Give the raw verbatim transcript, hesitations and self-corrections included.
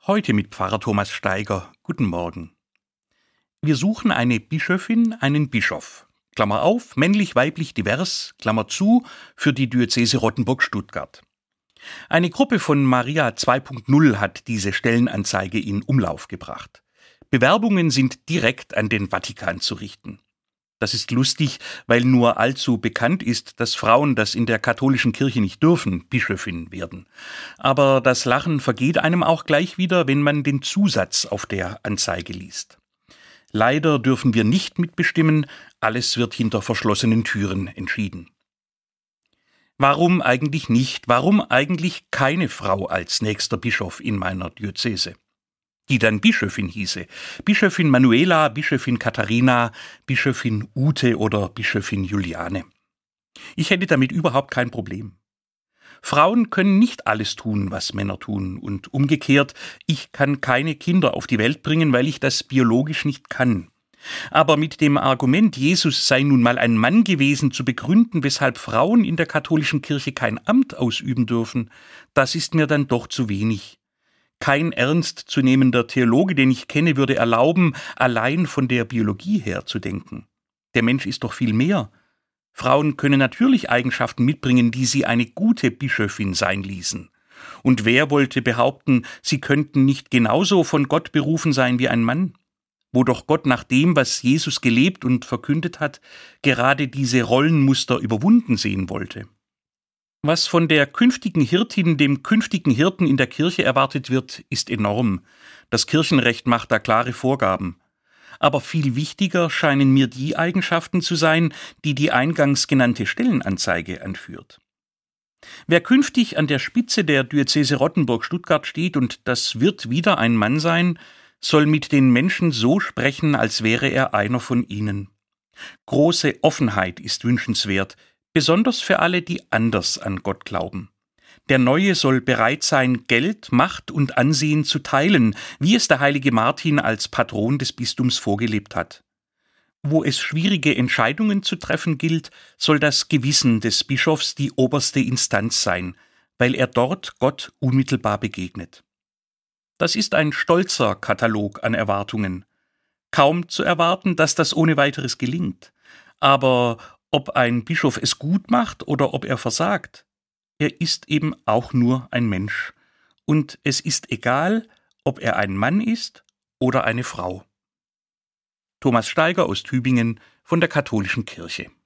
Heute mit Pfarrer Thomas Steiger. Guten Morgen. Wir suchen eine Bischöfin, einen Bischof. Klammer auf, männlich, weiblich, divers, Klammer zu, für die Diözese Rottenburg-Stuttgart. Eine Gruppe von Maria zwei Punkt null hat diese Stellenanzeige in Umlauf gebracht. Bewerbungen sind direkt an den Vatikan zu richten. Das ist lustig, weil nur allzu bekannt ist, dass Frauen das in der katholischen Kirche nicht dürfen, Bischöfin werden. Aber das Lachen vergeht einem auch gleich wieder, wenn man den Zusatz auf der Anzeige liest. Leider dürfen wir nicht mitbestimmen, alles wird hinter verschlossenen Türen entschieden. Warum eigentlich nicht? Warum eigentlich keine Frau als nächster Bischof in meiner Diözese? Die dann Bischöfin hieße. Bischöfin Manuela, Bischöfin Katharina, Bischöfin Ute oder Bischöfin Juliane. Ich hätte damit überhaupt kein Problem. Frauen können nicht alles tun, was Männer tun. Und umgekehrt, ich kann keine Kinder auf die Welt bringen, weil ich das biologisch nicht kann. Aber mit dem Argument, Jesus sei nun mal ein Mann gewesen, zu begründen, weshalb Frauen in der katholischen Kirche kein Amt ausüben dürfen, das ist mir dann doch zu wenig. Kein ernstzunehmender Theologe, den ich kenne, würde erlauben, allein von der Biologie her zu denken. Der Mensch ist doch viel mehr. Frauen können natürlich Eigenschaften mitbringen, die sie eine gute Bischöfin sein ließen. Und wer wollte behaupten, sie könnten nicht genauso von Gott berufen sein wie ein Mann? Wo doch Gott nach dem, was Jesus gelebt und verkündet hat, gerade diese Rollenmuster überwunden sehen wollte. Was von der künftigen Hirtin, dem künftigen Hirten in der Kirche erwartet wird, ist enorm. Das Kirchenrecht macht da klare Vorgaben. Aber viel wichtiger scheinen mir die Eigenschaften zu sein, die die eingangs genannte Stellenanzeige anführt. Wer künftig an der Spitze der Diözese Rottenburg-Stuttgart steht, und das wird wieder ein Mann sein, soll mit den Menschen so sprechen, als wäre er einer von ihnen. Große Offenheit ist wünschenswert, besonders für alle, die anders an Gott glauben. Der Neue soll bereit sein, Geld, Macht und Ansehen zu teilen, wie es der heilige Martin als Patron des Bistums vorgelebt hat. Wo es schwierige Entscheidungen zu treffen gilt, soll das Gewissen des Bischofs die oberste Instanz sein, weil er dort Gott unmittelbar begegnet. Das ist ein stolzer Katalog an Erwartungen. Kaum zu erwarten, dass das ohne weiteres gelingt. Aber ob ein Bischof es gut macht oder ob er versagt, er ist eben auch nur ein Mensch. Und es ist egal, ob er ein Mann ist oder eine Frau. Thomas Steiger aus Tübingen von der Katholischen Kirche.